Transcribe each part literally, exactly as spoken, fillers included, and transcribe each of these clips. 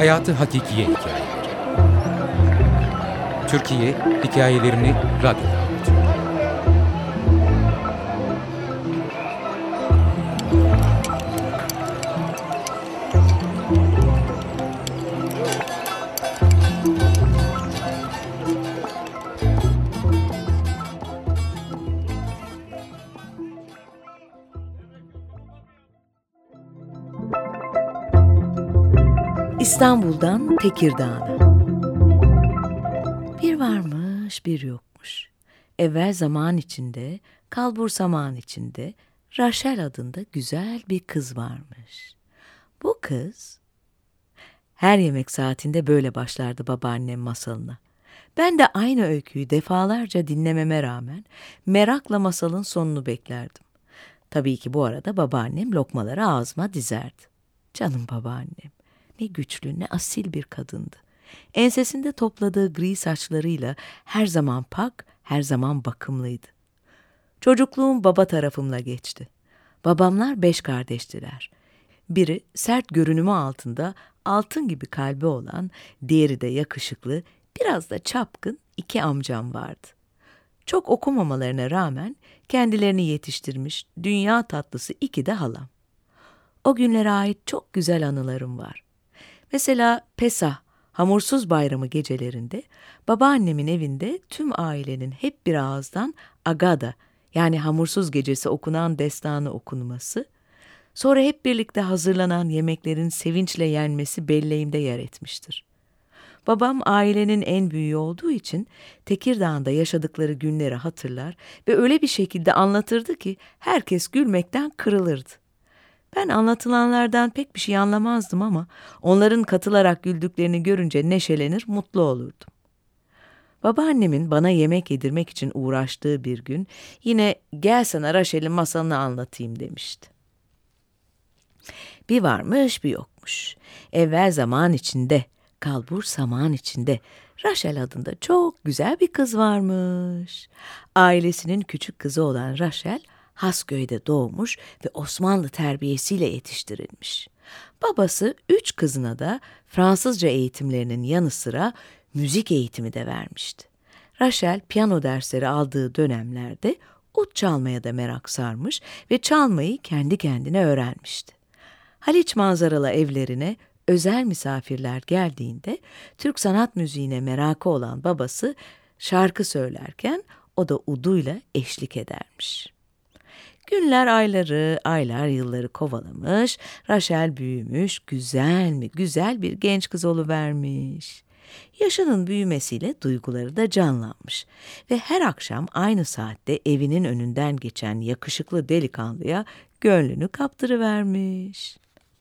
Hayatı hakikiye hikayeleri. Türkiye hikayelerini radyoda anlatıyor. İstanbul'dan Tekirdağ'a. Bir varmış, bir yokmuş. Evvel zaman içinde, kalbur zaman içinde Raşel adında güzel bir kız varmış. Bu kız, her yemek saatinde böyle başlardı babaannem masalına. Ben de aynı öyküyü defalarca dinlememe rağmen merakla masalın sonunu beklerdim. Tabii ki bu arada babaannem lokmaları ağzıma dizerdi. Canım babaannem. Ne güçlü, ne asil bir kadındı. Ensesinde topladığı gri saçlarıyla her zaman pak, her zaman bakımlıydı. Çocukluğum baba tarafımla geçti. Babamlar beş kardeştiler. Biri sert görünümü altında altın gibi kalbi olan, diğeri de yakışıklı, biraz da çapkın iki amcam vardı. Çok okumamalarına rağmen kendilerini yetiştirmiş, dünya tatlısı iki de halam. O günlere ait çok güzel anılarım var. Mesela Pesah, hamursuz bayramı gecelerinde babaannemin evinde tüm ailenin hep bir ağızdan Agada, yani hamursuz gecesi okunan destanı okunması, sonra hep birlikte hazırlanan yemeklerin sevinçle yenmesi belleğimde yer etmiştir. Babam ailenin en büyüğü olduğu için Tekirdağ'da yaşadıkları günleri hatırlar ve öyle bir şekilde anlatırdı ki herkes gülmekten kırılırdı. Ben anlatılanlardan pek bir şey anlamazdım ama onların katılarak güldüklerini görünce neşelenir, mutlu olurdum. Babaannemin bana yemek yedirmek için uğraştığı bir gün yine gel sana Raşel'in masalını anlatayım demişti. Bir varmış bir yokmuş. Evvel zaman içinde, kalbur saman içinde Raşel adında çok güzel bir kız varmış. Ailesinin küçük kızı olan Raşel, Hasköy'de doğmuş ve Osmanlı terbiyesiyle yetiştirilmiş. Babası üç kızına da Fransızca eğitimlerinin yanı sıra müzik eğitimi de vermişti. Raşel piyano dersleri aldığı dönemlerde ut çalmaya da merak sarmış ve çalmayı kendi kendine öğrenmişti. Haliç manzaralı evlerine özel misafirler geldiğinde Türk sanat müziğine merakı olan babası şarkı söylerken o da uduyla eşlik edermiş. Günler ayları, aylar yılları kovalamış, Raşel büyümüş, güzel mi güzel bir genç kız oluvermiş. Yaşının büyümesiyle duyguları da canlanmış ve her akşam aynı saatte evinin önünden geçen yakışıklı delikanlıya gönlünü kaptırıvermiş.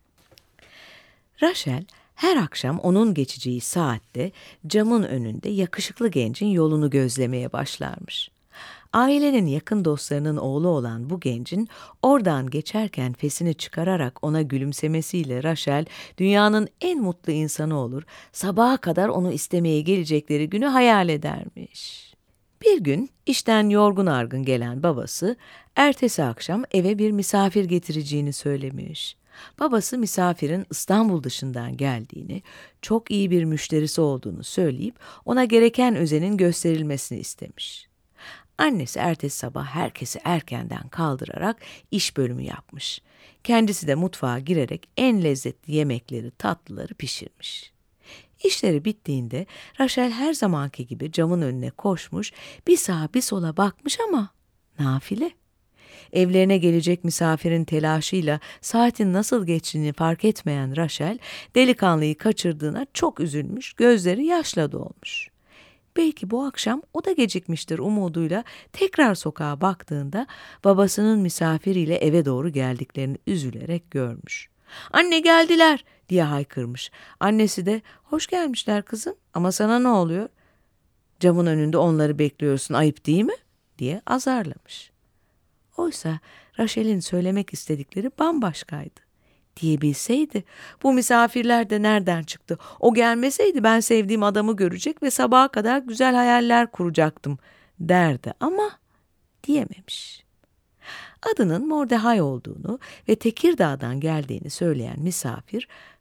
Raşel her akşam onun geçeceği saatte camın önünde yakışıklı gencin yolunu gözlemeye başlarmış. Ailenin yakın dostlarının oğlu olan bu gencin oradan geçerken fesini çıkararak ona gülümsemesiyle Raşel dünyanın en mutlu insanı olur, sabaha kadar onu istemeye gelecekleri günü hayal edermiş. Bir gün işten yorgun argın gelen babası ertesi akşam eve bir misafir getireceğini söylemiş. Babası misafirin İstanbul dışından geldiğini, çok iyi bir müşterisi olduğunu söyleyip ona gereken özenin gösterilmesini istemiş. Annesi ertesi sabah herkesi erkenden kaldırarak iş bölümü yapmış. Kendisi de mutfağa girerek en lezzetli yemekleri, tatlıları pişirmiş. İşleri bittiğinde Raşel her zamanki gibi camın önüne koşmuş, bir sağa bir sola bakmış ama nafile. Evlerine gelecek misafirin telaşıyla saatin nasıl geçtiğini fark etmeyen Raşel, delikanlıyı kaçırdığına çok üzülmüş, gözleri yaşla dolmuş. Belki bu akşam o da gecikmiştir umuduyla tekrar sokağa baktığında babasının misafiriyle eve doğru geldiklerini üzülerek görmüş. "Anne geldiler!" diye haykırmış. Annesi de "Hoş gelmişler kızım ama sana ne oluyor? Camın önünde onları bekliyorsun, ayıp değil mi?" diye azarlamış. Oysa Raşel'in söylemek istedikleri bambaşkaydı. Diyebilseydi, bu misafirler de nereden çıktı? O gelmeseydi ben sevdiğim adamı görecek ve sabaha kadar güzel hayaller kuracaktım derdi ama diyememiş. Adının Mordehay olduğunu ve Tekirdağ'dan geldiğini söyleyen misafir,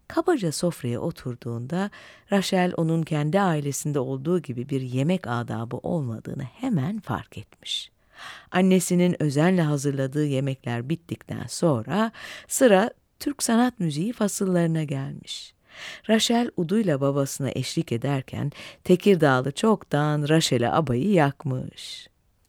Kabaca sofraya oturduğunda Rachel onun kendi ailesinde olduğu gibi bir yemek adabı olmadığını hemen fark etmiş. Annesinin özenle hazırladığı yemekler bittikten sonra sıra Türk sanat müziği fasıllarına gelmiş. Rachel uduyla babasına eşlik ederken Tekirdağlı çoktan Rachel'e abayı yakmış.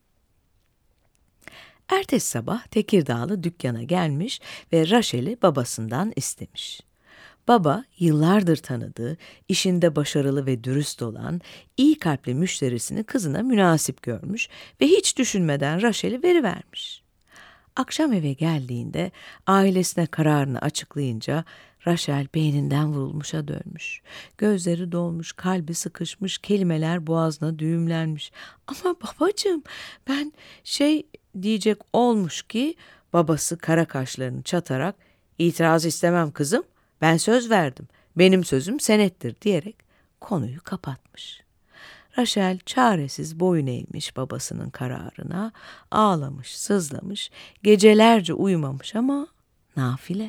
Ertesi sabah Tekirdağlı dükkana gelmiş ve Rachel'i babasından istemiş. Baba, yıllardır tanıdığı, işinde başarılı ve dürüst olan, iyi kalpli müşterisini kızına münasip görmüş ve hiç düşünmeden Rachel'i verivermiş. Akşam eve geldiğinde ailesine kararını açıklayınca Rachel beyninden vurulmuşa dönmüş. Gözleri dolmuş, kalbi sıkışmış, kelimeler boğazına düğümlenmiş. Ama babacığım ben şey diyecek olmuş ki babası kara kaşlarını çatarak itiraz istemem kızım. Ben söz verdim. Benim sözüm senettir diyerek konuyu kapatmış. Rachel çaresiz boyun eğmiş babasının kararına, ağlamış, sızlamış, gecelerce uyumamış ama nafile.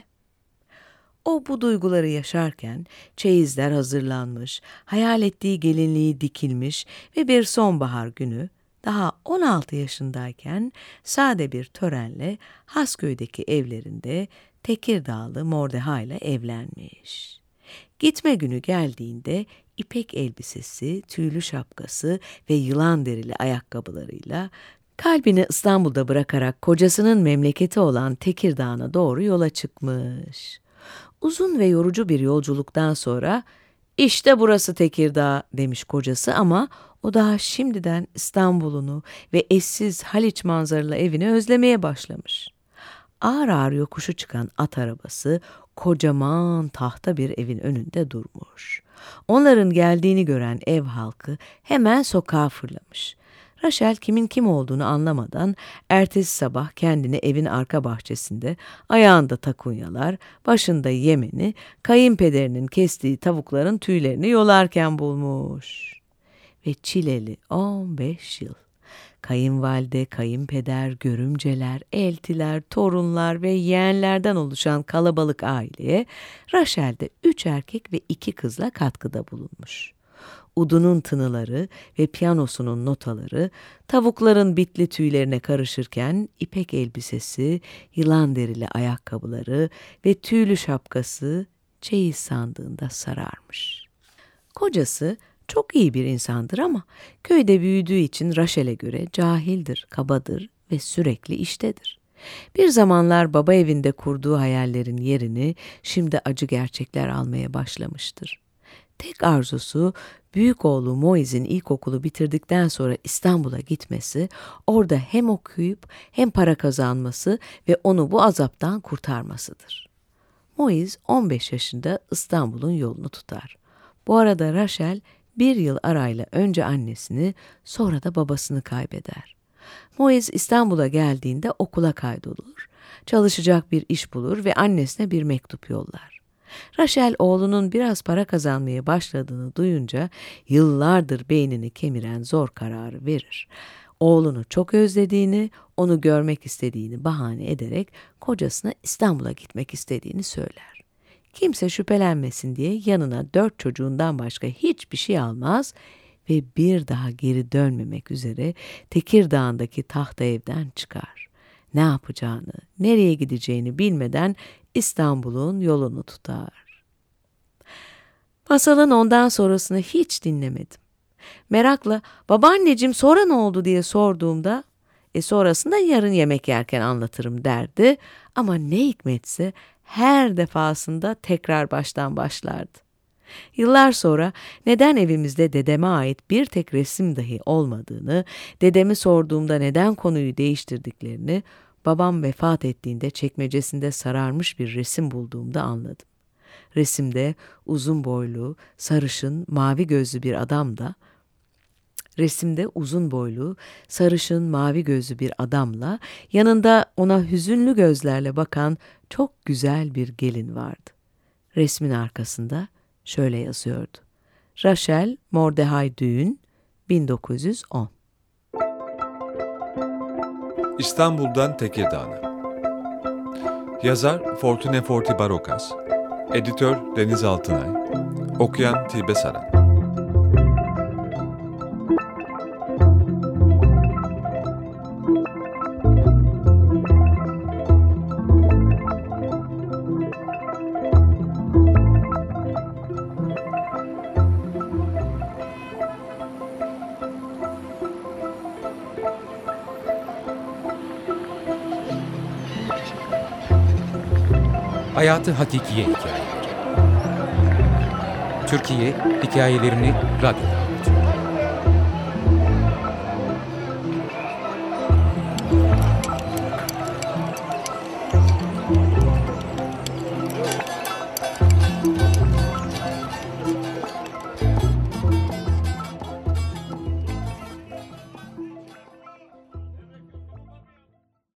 O bu duyguları yaşarken çeyizler hazırlanmış, hayal ettiği gelinliği dikilmiş ve bir sonbahar günü daha on altı yaşındayken sade bir törenle Hasköy'deki evlerinde Tekirdağlı Mordeha ile evlenmiş. Gitme günü geldiğinde ipek elbisesi, tüylü şapkası ve yılan derili ayakkabılarıyla kalbini İstanbul'da bırakarak kocasının memleketi olan Tekirdağ'a doğru yola çıkmış. Uzun ve yorucu bir yolculuktan sonra "İşte burası Tekirdağ" demiş kocası ama o daha şimdiden İstanbul'unu ve eşsiz Haliç manzaralı evini özlemeye başlamış. Ağır ağır yokuşu çıkan at arabası kocaman tahta bir evin önünde durmuş. Onların geldiğini gören ev halkı hemen sokağa fırlamış. Rachel kimin kim olduğunu anlamadan ertesi sabah kendini evin arka bahçesinde ayağında takunyalar, başında yemeni, kayınpederinin kestiği tavukların tüylerini yolarken bulmuş. Ve çileli on beş yıl. Kayınvalide, kayınpeder, görümceler, eltiler, torunlar ve yeğenlerden oluşan kalabalık aileye Rachel de üç erkek ve iki kızla katkıda bulunmuş. Udunun tınıları ve piyanosunun notaları tavukların bitli tüylerine karışırken ipek elbisesi, yılan derili ayakkabıları ve tüylü şapkası çeyiz sandığında sararmış. Kocası çok iyi bir insandır ama köyde büyüdüğü için Rachel'e göre cahildir, kabadır ve sürekli iştedir. Bir zamanlar baba evinde kurduğu hayallerin yerini şimdi acı gerçekler almaya başlamıştır. Tek arzusu büyük oğlu Moiz'in ilkokulu bitirdikten sonra İstanbul'a gitmesi, orada hem okuyup hem para kazanması ve onu bu azaptan kurtarmasıdır. Moiz on beş yaşında İstanbul'un yolunu tutar. Bu arada Rachel bir yıl arayla önce annesini sonra da babasını kaybeder. Moiz İstanbul'a geldiğinde okula kaydolur, çalışacak bir iş bulur ve annesine bir mektup yollar. Rachel oğlunun biraz para kazanmaya başladığını duyunca yıllardır beynini kemiren zor kararı verir. Oğlunu çok özlediğini, onu görmek istediğini bahane ederek kocasına İstanbul'a gitmek istediğini söyler. Kimse şüphelenmesin diye yanına dört çocuğundan başka hiçbir şey almaz ve bir daha geri dönmemek üzere Tekirdağ'daki tahta evden çıkar. Ne yapacağını, nereye gideceğini bilmeden İstanbul'un yolunu tutar. Masalın ondan sonrasını hiç dinlemedim. Merakla "Babaanneciğim sonra ne oldu?" diye sorduğumda e sonrasında yarın yemek yerken anlatırım derdi ama ne hikmetse her defasında tekrar baştan başlardı. Yıllar sonra neden evimizde dedeme ait bir tek resim dahi olmadığını, dedemi sorduğumda neden konuyu değiştirdiklerini, babam vefat ettiğinde çekmecesinde sararmış bir resim bulduğumda anladım. Resimde uzun boylu, sarışın, mavi gözlü bir adam da, resimde uzun boylu, sarışın, mavi gözlü bir adamla yanında ona hüzünlü gözlerle bakan çok güzel bir gelin vardı. Resmin arkasında şöyle yazıyordu: Rachel Mordehay düğün bin dokuz yüz on. İstanbul'dan Tekirdağ'a. Yazar Fortune Forti Barokas, Editör Deniz Altınay, okuyan Tilbe Saran. Hayatı Hakikiye Hikayeleri. Türkiye hikayelerini radyoda.